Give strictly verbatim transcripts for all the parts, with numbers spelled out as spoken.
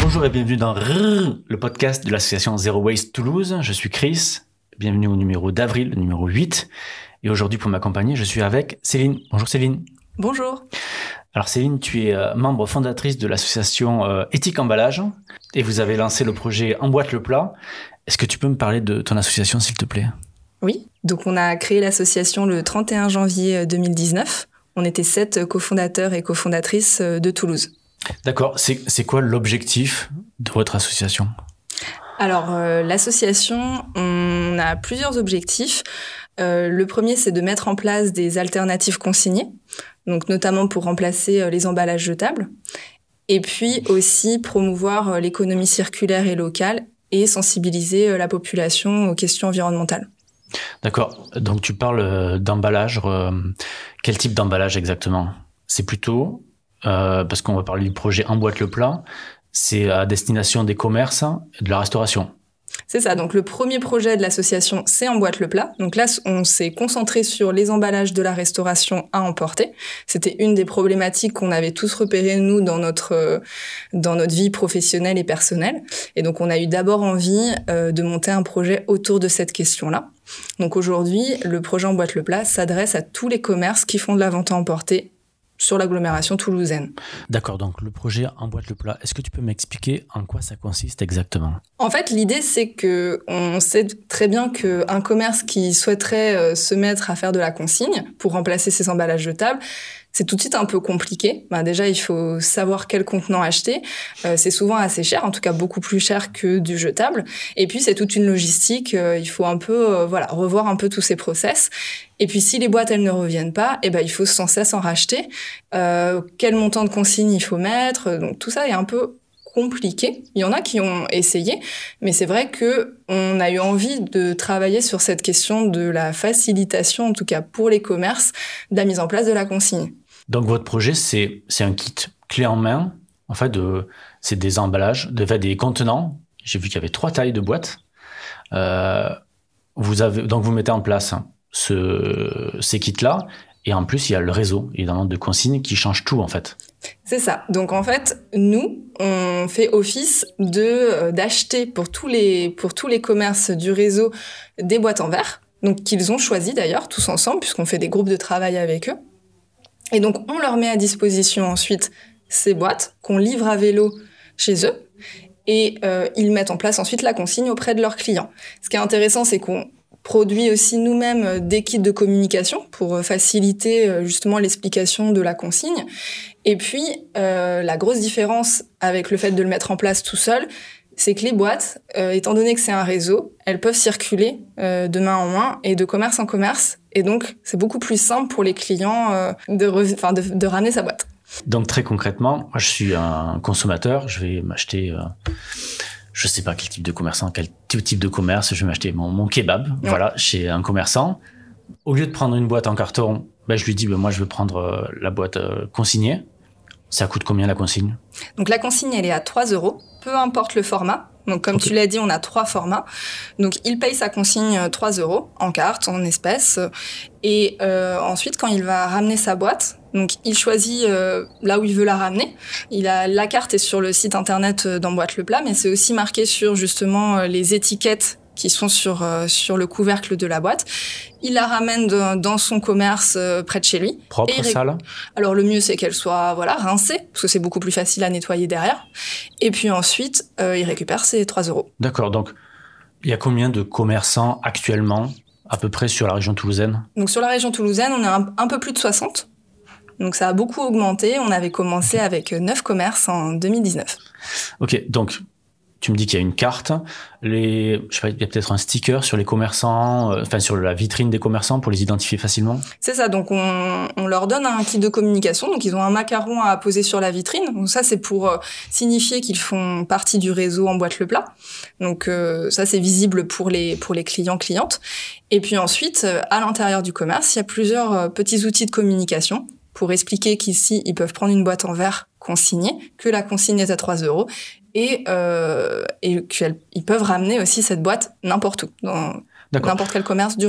Bonjour et bienvenue dans R, le podcast de l'association Zero Waste Toulouse. Je suis Chris, bienvenue au numéro d'avril, le numéro huit. Et aujourd'hui, pour m'accompagner, je suis avec Céline. Bonjour Céline. Bonjour. Alors Céline, tu es euh, membre fondatrice de l'association euh, Éthique Emballage et vous avez lancé le projet Emboîte le plat. Est-ce que tu peux me parler de ton association, s'il te plaît ? Oui, donc on a créé l'association le trente et un janvier deux mille dix-neuf. On était sept cofondateurs et cofondatrices de Toulouse. D'accord, c'est, c'est quoi l'objectif de votre association ? Alors, euh, l'association, on a plusieurs objectifs. Euh, le premier, c'est de mettre en place des alternatives consignées, donc notamment pour remplacer euh, les emballages jetables. Et puis aussi promouvoir euh, l'économie circulaire et locale et sensibiliser euh, la population aux questions environnementales. D'accord, donc tu parles d'emballage. Euh, quel type d'emballage exactement ? C'est plutôt, euh, parce qu'on va parler du projet Emboîte le plat, c'est à destination des commerces et de la restauration. C'est ça, donc le premier projet de l'association, c'est Emboîte le plat. Donc là, on s'est concentré sur les emballages de la restauration à emporter. C'était une des problématiques qu'on avait tous repérées, nous, dans notre, dans notre vie professionnelle et personnelle. Et donc, on a eu d'abord envie euh, de monter un projet autour de cette question-là. Donc aujourd'hui, le projet Emboîte le plat s'adresse à tous les commerces qui font de la vente à emporter sur l'agglomération toulousaine. D'accord, donc le projet Emboîte le plat, est-ce que tu peux m'expliquer en quoi ça consiste exactement ? En fait, l'idée, c'est que on sait très bien qu'un commerce qui souhaiterait euh, se mettre à faire de la consigne pour remplacer ses emballages jetables, c'est tout de suite un peu compliqué. Ben déjà, il faut savoir quel contenant acheter. Euh, c'est souvent assez cher, en tout cas beaucoup plus cher que du jetable. Et puis, c'est toute une logistique. Euh, il faut un peu, euh, voilà, revoir un peu tous ces process. Et puis, si les boîtes, elles ne reviennent pas, eh ben, il faut sans cesse en racheter. Euh, quel montant de consigne il faut mettre ? Donc, tout ça est un peu compliqué. Il y en a qui ont essayé, mais c'est vrai que on a eu envie de travailler sur cette question de la facilitation, en tout cas pour les commerces, de la mise en place de la consigne. Donc votre projet, c'est, c'est un kit clé en main. En fait, de, c'est des emballages, de, des contenants. J'ai vu qu'il y avait trois tailles de boîtes. Euh, vous avez, donc vous mettez en place ce, ces kits-là. Et en plus, il y a le réseau, évidemment, de consignes qui change tout, en fait. C'est ça. Donc, en fait, nous, on fait office de, d'acheter pour tous les, pour tous les commerces du réseau des boîtes en verre. Donc, qu'ils ont choisi d'ailleurs, tous ensemble, puisqu'on fait des groupes de travail avec eux. Et donc, on leur met à disposition ensuite ces boîtes qu'on livre à vélo chez eux. Et euh, ils mettent en place ensuite la consigne auprès de leurs clients. Ce qui est intéressant, c'est qu'on produit aussi nous-mêmes des kits de communication pour faciliter justement l'explication de la consigne. Et puis, euh, la grosse différence avec le fait de le mettre en place tout seul, c'est que les boîtes, euh, étant donné que c'est un réseau, elles peuvent circuler euh, de main en main et de commerce en commerce. Et donc, c'est beaucoup plus simple pour les clients euh, de, re- enfin, de, de ramener sa boîte. Donc, très concrètement, moi, je suis un consommateur. Je vais m'acheter... Euh... je sais pas quel type de commerçant, quel type de commerce, je vais m'acheter mon, mon kebab, ouais. Voilà, chez un commerçant. Au lieu de prendre une boîte en carton, ben, je lui dis, ben, moi, je veux prendre euh, la boîte euh, consignée. Ça coûte combien, la consigne ? Donc, la consigne, elle est à trois euros, peu importe le format. Donc, comme okay. tu l'as dit, on a trois formats. Donc, il paye sa consigne trois euros, en carte, en espèces. Et euh, ensuite, quand il va ramener sa boîte, donc il choisit euh, là où il veut la ramener. Il a, la carte est sur le site internet d'Emboîte le plat, mais c'est aussi marqué sur justement les étiquettes qui sont sur euh, sur le couvercle de la boîte. Il la ramène de, dans son commerce euh, près de chez lui. Propre, ré... sale. Alors le mieux c'est qu'elle soit voilà rincée parce que c'est beaucoup plus facile à nettoyer derrière. Et puis ensuite euh, il récupère ses trois euros. D'accord. Donc il y a combien de commerçants actuellement à peu près sur la région toulousaine ? Donc sur la région toulousaine on est un, un peu plus de soixante. Donc ça a beaucoup augmenté. On avait commencé avec neuf commerces en deux mille dix-neuf. Ok, donc tu me dis qu'il y a une carte. Les, je sais pas, il y a peut-être un sticker sur les commerçants, euh, enfin sur la vitrine des commerçants pour les identifier facilement. C'est ça. Donc on, on leur donne un kit de communication. Donc ils ont un macaron à poser sur la vitrine. Donc ça c'est pour euh, signifier qu'ils font partie du réseau Emboîte le plat. Donc euh, ça c'est visible pour les pour les clients clientes. Et puis ensuite euh, à l'intérieur du commerce il y a plusieurs euh, petits outils de communication pour expliquer qu'ici, ils peuvent prendre une boîte en verre consignée, que la consigne est à trois euros, et, euh, et qu'ils peuvent ramener aussi cette boîte n'importe où, dans D'accord. n'importe quel commerce du réseau.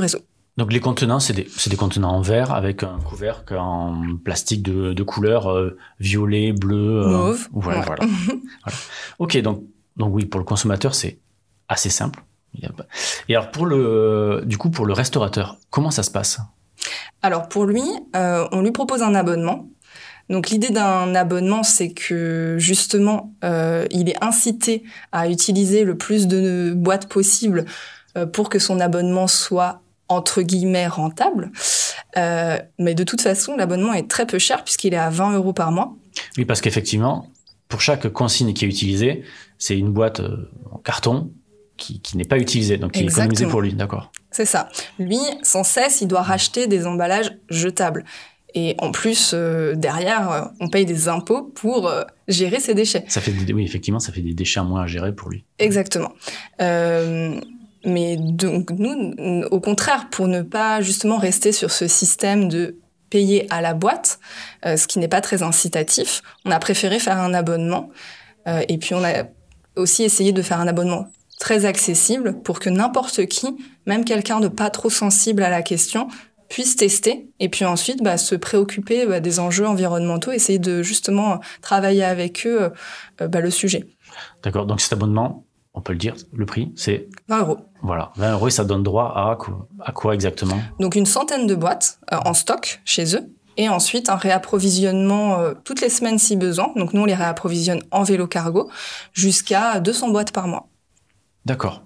Donc les contenants, c'est des, c'est des contenants en verre avec un couvercle en plastique de, de couleur euh, violet, bleu, euh, mauve. Voilà, Ouais. voilà. Voilà. Ok, donc donc oui, pour le consommateur, c'est assez simple. Il y a pas- Et alors pour le, du coup, pour le restaurateur, comment ça se passe? Alors pour lui, euh, on lui propose un abonnement. Donc l'idée d'un abonnement, c'est que justement, euh, il est incité à utiliser le plus de boîtes possible euh, pour que son abonnement soit entre guillemets rentable. Euh, mais de toute façon, l'abonnement est très peu cher puisqu'il est à vingt euros par mois. Oui, parce qu'effectivement, pour chaque consigne qui est utilisée, c'est une boîte euh, en carton qui, qui n'est pas utilisée, donc qui est économisée Exactement. pour lui, d'accord. C'est ça. Lui, sans cesse, il doit racheter des emballages jetables. Et en plus, euh, derrière, euh, on paye des impôts pour euh, gérer ses déchets. Ça fait des, oui, effectivement, ça fait des déchets en moins à gérer pour lui. Exactement. Euh, mais donc, nous, au contraire, pour ne pas justement rester sur ce système de payer à la boîte, euh, ce qui n'est pas très incitatif, on a préféré faire un abonnement. Euh, et puis, on a aussi essayé de faire un abonnement très accessible pour que n'importe qui, même quelqu'un de pas trop sensible à la question, puisse tester et puis ensuite bah, se préoccuper bah, des enjeux environnementaux, essayer de justement travailler avec eux euh, bah, le sujet. D'accord, donc cet abonnement, on peut le dire, le prix, c'est vingt euros. voilà, vingt euros et ça donne droit à quoi, à quoi exactement? Donc une centaine de boîtes euh, en stock chez eux et ensuite un réapprovisionnement euh, toutes les semaines si besoin. Donc nous on les réapprovisionne en vélo cargo jusqu'à deux cents boîtes par mois. D'accord.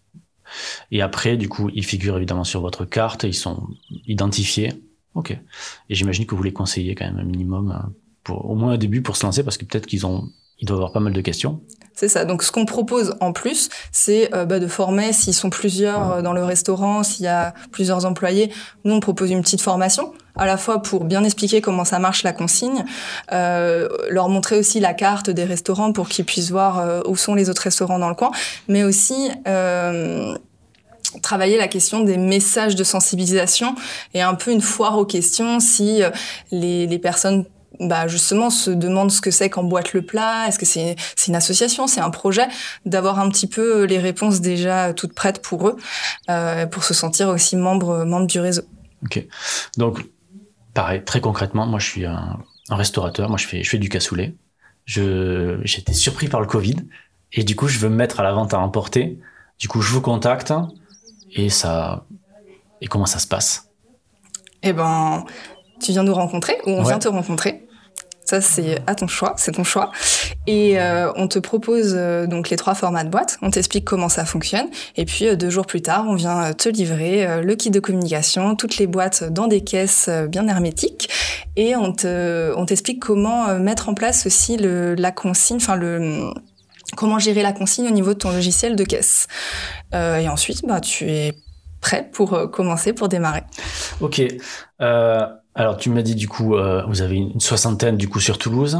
Et après, du coup, ils figurent évidemment sur votre carte, ils sont identifiés. Ok. Et j'imagine que vous les conseillez quand même un minimum, pour, au moins au début, pour se lancer, parce que peut-être qu'ils ont, ils doivent avoir pas mal de questions. C'est ça. Donc, ce qu'on propose en plus, c'est euh, bah, de former, s'ils sont plusieurs euh, dans le restaurant, s'il y a plusieurs employés, nous, on propose une petite formation, à la fois pour bien expliquer comment ça marche la consigne, euh, leur montrer aussi la carte des restaurants pour qu'ils puissent voir euh, où sont les autres restaurants dans le coin, mais aussi euh, travailler la question des messages de sensibilisation et un peu une foire aux questions si euh, les, les personnes bah justement se demandent ce que c'est qu'Emboîte le plat, est-ce que c'est c'est une association, c'est un projet, d'avoir un petit peu les réponses déjà toutes prêtes pour eux, euh, pour se sentir aussi membre membre du réseau. Ok. Donc pareil, très concrètement, moi je suis un, un restaurateur, moi je fais je fais du cassoulet. Je j'étais surpris par le Covid et du coup je veux me mettre à la vente à emporter. Du coup je vous contacte et ça et comment ça se passe? Eh ben tu viens nous rencontrer ou on ouais. vient te rencontrer. Ça, c'est à ton choix, c'est ton choix. Et euh, on te propose euh, donc les trois formats de boîte, on t'explique comment ça fonctionne, et puis euh, deux jours plus tard, on vient te livrer euh, le kit de communication, toutes les boîtes dans des caisses euh, bien hermétiques, et on te, on t'explique comment euh, mettre en place aussi le, la consigne, enfin le... comment gérer la consigne au niveau de ton logiciel de caisse. Euh, et ensuite, bah, tu es prêt pour euh, commencer, pour démarrer. Ok. Euh... Alors, tu m'as dit, du coup, euh, vous avez une soixantaine, du coup, sur Toulouse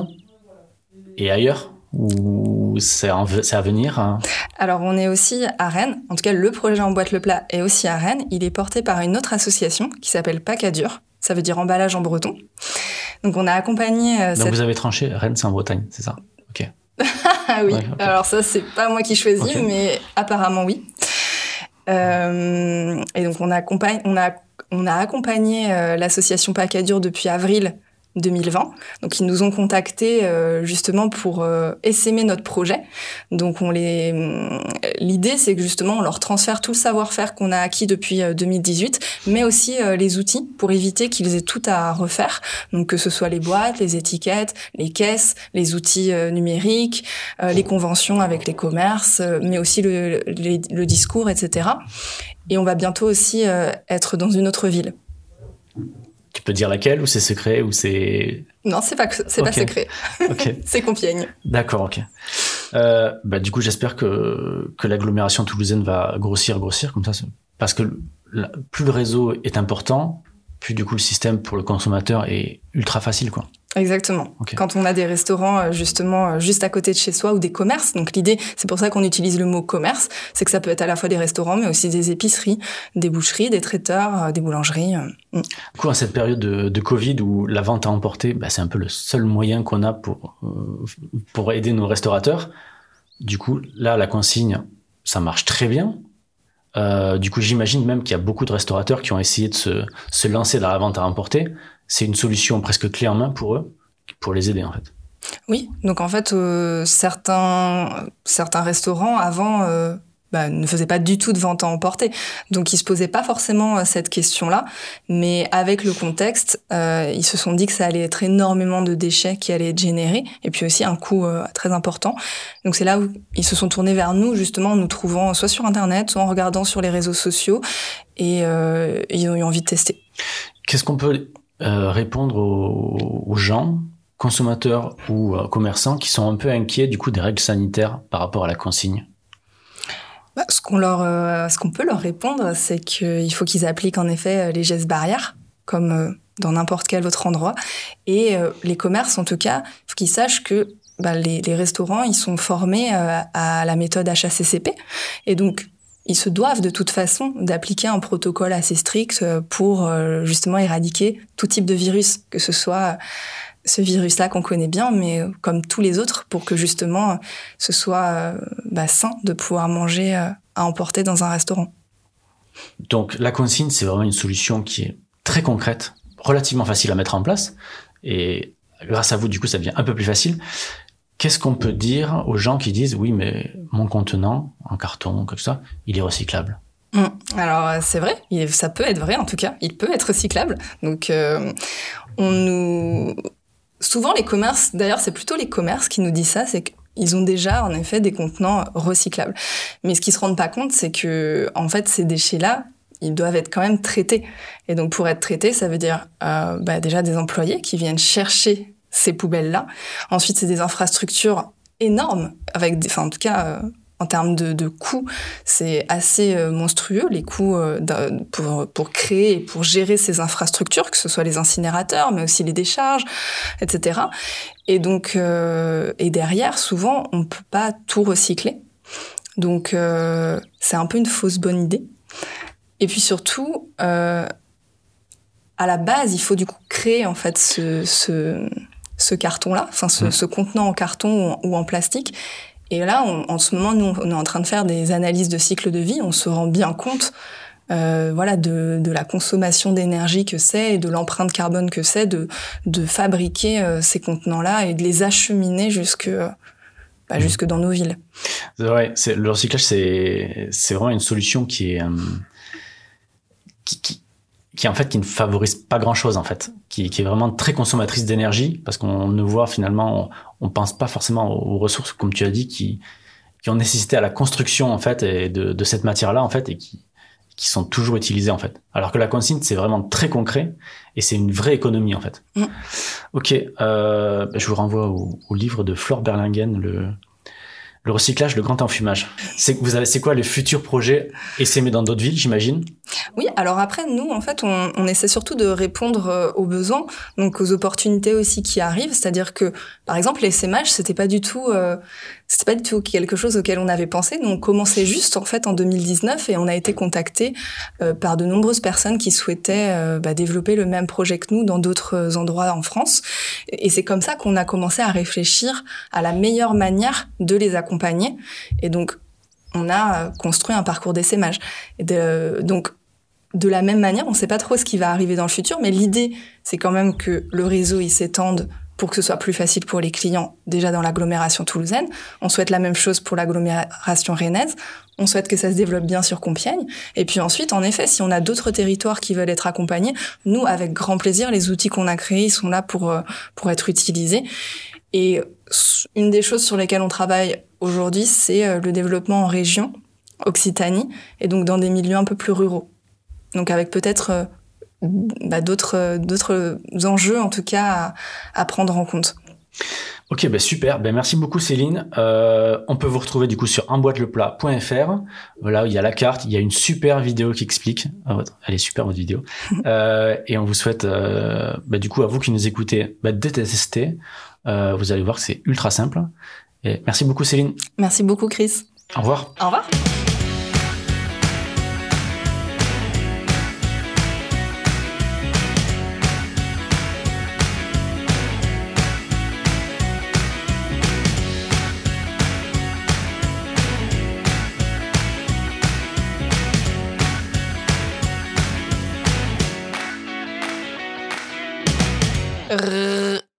et ailleurs, ou c'est, en, c'est à venir hein? Alors, on est aussi à Rennes. En tout cas, le projet Emboîte le plat est aussi à Rennes. Il est porté par une autre association qui s'appelle Pacadur. Ça veut dire emballage en breton. Donc, on a accompagné... Euh, Donc, cette... vous avez tranché, Rennes, c'est en Bretagne, c'est ça? Ok. Ah oui, ouais, okay. Alors ça, c'est pas moi qui choisis, okay. Mais apparemment, oui. Euh, et donc, on accompagne... On a On a accompagné euh, l'association Pacadur depuis avril deux mille vingt. Donc, ils nous ont contactés euh, justement pour euh, essaimer notre projet. Donc, on les... l'idée, c'est que justement, on leur transfère tout le savoir-faire qu'on a acquis depuis euh, deux mille dix-huit, mais aussi euh, les outils pour éviter qu'ils aient tout à refaire. Donc, que ce soit les boîtes, les étiquettes, les caisses, les outils euh, numériques, euh, les conventions avec les commerces, euh, mais aussi le, le, le discours, et cetera. Et on va bientôt aussi euh, être dans une autre ville. Tu peux dire laquelle, ou c'est secret, ou c'est... Non, c'est pas, c'est okay. pas secret. Okay. C'est Compiègne. D'accord, ok. Euh, bah, du coup, j'espère que, que l'agglomération toulousaine va grossir, grossir, comme ça, parce que la, plus le réseau est important, plus du coup le système pour le consommateur est ultra facile, quoi. Exactement. Okay. Quand on a des restaurants justement juste à côté de chez soi ou des commerces, donc l'idée, c'est pour ça qu'on utilise le mot commerce, c'est que ça peut être à la fois des restaurants, mais aussi des épiceries, des boucheries, des traiteurs, des boulangeries. Du coup, à cette période de, de Covid où la vente à emporter, bah, c'est un peu le seul moyen qu'on a pour euh, pour aider nos restaurateurs. Du coup, là, la consigne, ça marche très bien. Euh, du coup, j'imagine même qu'il y a beaucoup de restaurateurs qui ont essayé de se, se lancer dans la vente à emporter. C'est une solution presque clé en main pour eux, pour les aider en fait. Oui, donc en fait, euh, certains, certains restaurants avant euh, bah, ne faisaient pas du tout de vente à emporter. Donc ils se posaient pas forcément euh, cette question-là. Mais avec le contexte, euh, ils se sont dit que ça allait être énormément de déchets qui allaient être générés. Et puis aussi un coût euh, très important. Donc c'est là où ils se sont tournés vers nous, justement, en nous trouvant soit sur Internet, soit en regardant sur les réseaux sociaux. Et euh, ils ont eu envie de tester. Qu'est-ce qu'on peut euh, répondre aux, aux gens, consommateurs ou euh, commerçants, qui sont un peu inquiets du coup des règles sanitaires par rapport à la consigne? Bah, ce qu'on leur, euh, ce qu'on peut leur répondre, c'est qu'il faut qu'ils appliquent en effet les gestes barrières, comme euh, dans n'importe quel autre endroit. Et euh, les commerces, en tout cas, il faut qu'ils sachent que bah, les, les restaurants, ils sont formés euh, à la méthode H A C C P. Et donc, ils se doivent de toute façon d'appliquer un protocole assez strict pour euh, justement éradiquer tout type de virus, que ce soit ce virus-là qu'on connaît bien, mais comme tous les autres, pour que justement ce soit euh, bah, sain de pouvoir manger euh, à emporter dans un restaurant. Donc la consigne, c'est vraiment une solution qui est très concrète, relativement facile à mettre en place, et grâce à vous, du coup, ça devient un peu plus facile. Qu'est-ce qu'on peut dire aux gens qui disent « Oui, mais mon contenant, en carton, comme ça, il est recyclable ». Mmh. Alors c'est vrai, il, ça peut être vrai en tout cas, il peut être recyclable. Donc euh, on nous... Souvent les commerces, d'ailleurs c'est plutôt les commerces qui nous disent ça, c'est qu'ils ont déjà en effet des contenants recyclables. Mais ce qu'ils se rendent pas compte, c'est que en fait ces déchets-là, ils doivent être quand même traités. Et donc pour être traités, ça veut dire euh, bah, déjà des employés qui viennent chercher ces poubelles-là. Ensuite, c'est des infrastructures énormes, avec des, enfin, en tout cas, euh, en termes de, de coûts, c'est assez euh, monstrueux, les coûts euh, pour, pour créer et pour gérer ces infrastructures, que ce soit les incinérateurs, mais aussi les décharges, et cetera. Et donc, euh, et derrière, souvent, on ne peut pas tout recycler. Donc, euh, c'est un peu une fausse bonne idée. Et puis surtout, euh, à la base, il faut du coup créer, en fait, ce... ce ce carton-là, enfin ce, mmh. ce contenant en carton ou en, ou en plastique. Et là, on, en ce moment, nous, on est en train de faire des analyses de cycle de vie. On se rend bien compte, euh, voilà, de, de la consommation d'énergie que c'est et de l'empreinte carbone que c'est de, de fabriquer euh, ces contenants-là et de les acheminer jusque, euh, bah, mmh. jusque dans nos villes. C'est vrai, c'est, le recyclage, c'est, c'est vraiment une solution qui est, euh, qui, qui qui en fait qui ne favorise pas grand chose en fait, qui, qui est vraiment très consommatrice d'énergie parce qu'on ne voit finalement, on, on pense pas forcément aux ressources comme tu as dit qui qui ont nécessité à la construction en fait et de, de cette matière là en fait et qui qui sont toujours utilisées en fait. Alors que la consigne c'est vraiment très concret et c'est une vraie économie en fait. Mmh. Ok, euh, je vous renvoie au, au livre de Flore Berlingen, le Le recyclage, le grand enfumage. C'est, vous avez, c'est quoi les futurs projets essaimés dans d'autres villes, j'imagine? Oui, alors après, nous, en fait, on, on essaie surtout de répondre aux besoins, donc aux opportunités aussi qui arrivent. C'est-à-dire que, par exemple, l'essaimage, c'était pas du tout, euh, c'était pas du tout quelque chose auquel on avait pensé. Nous, on commençait juste, en fait, en deux mille dix-neuf et on a été contactés euh, par de nombreuses personnes qui souhaitaient euh, bah, développer le même projet que nous dans d'autres endroits en France. Et c'est comme ça qu'on a commencé à réfléchir à la meilleure manière de les accompagner. Et donc, on a construit un parcours d'essaimage. Et de, donc, de la même manière, on ne sait pas trop ce qui va arriver dans le futur, mais l'idée, c'est quand même que le réseau il s'étende pour que ce soit plus facile pour les clients, déjà dans l'agglomération toulousaine. On souhaite la même chose pour l'agglomération rennaise. On souhaite que ça se développe bien sur Compiègne. Et puis ensuite, en effet, si on a d'autres territoires qui veulent être accompagnés, nous, avec grand plaisir, les outils qu'on a créés, ils sont là pour, pour être utilisés. Et une des choses sur lesquelles on travaille aujourd'hui, c'est le développement en région, Occitanie, et donc dans des milieux un peu plus ruraux. Donc avec peut-être euh, bah, d'autres, d'autres enjeux, en tout cas, à, à prendre en compte. Ok, ben super. Ben merci beaucoup Céline. Euh, on peut vous retrouver du coup sur emboîte le plat point f r. Voilà, il y a la carte, il y a une super vidéo qui explique. Ah, elle est super votre vidéo. euh, et on vous souhaite, euh, ben, du coup à vous qui nous écoutez, ben, de tester. Euh, vous allez voir que c'est ultra simple. Et merci beaucoup Céline. Merci beaucoup Chris. Au revoir. Au revoir. R-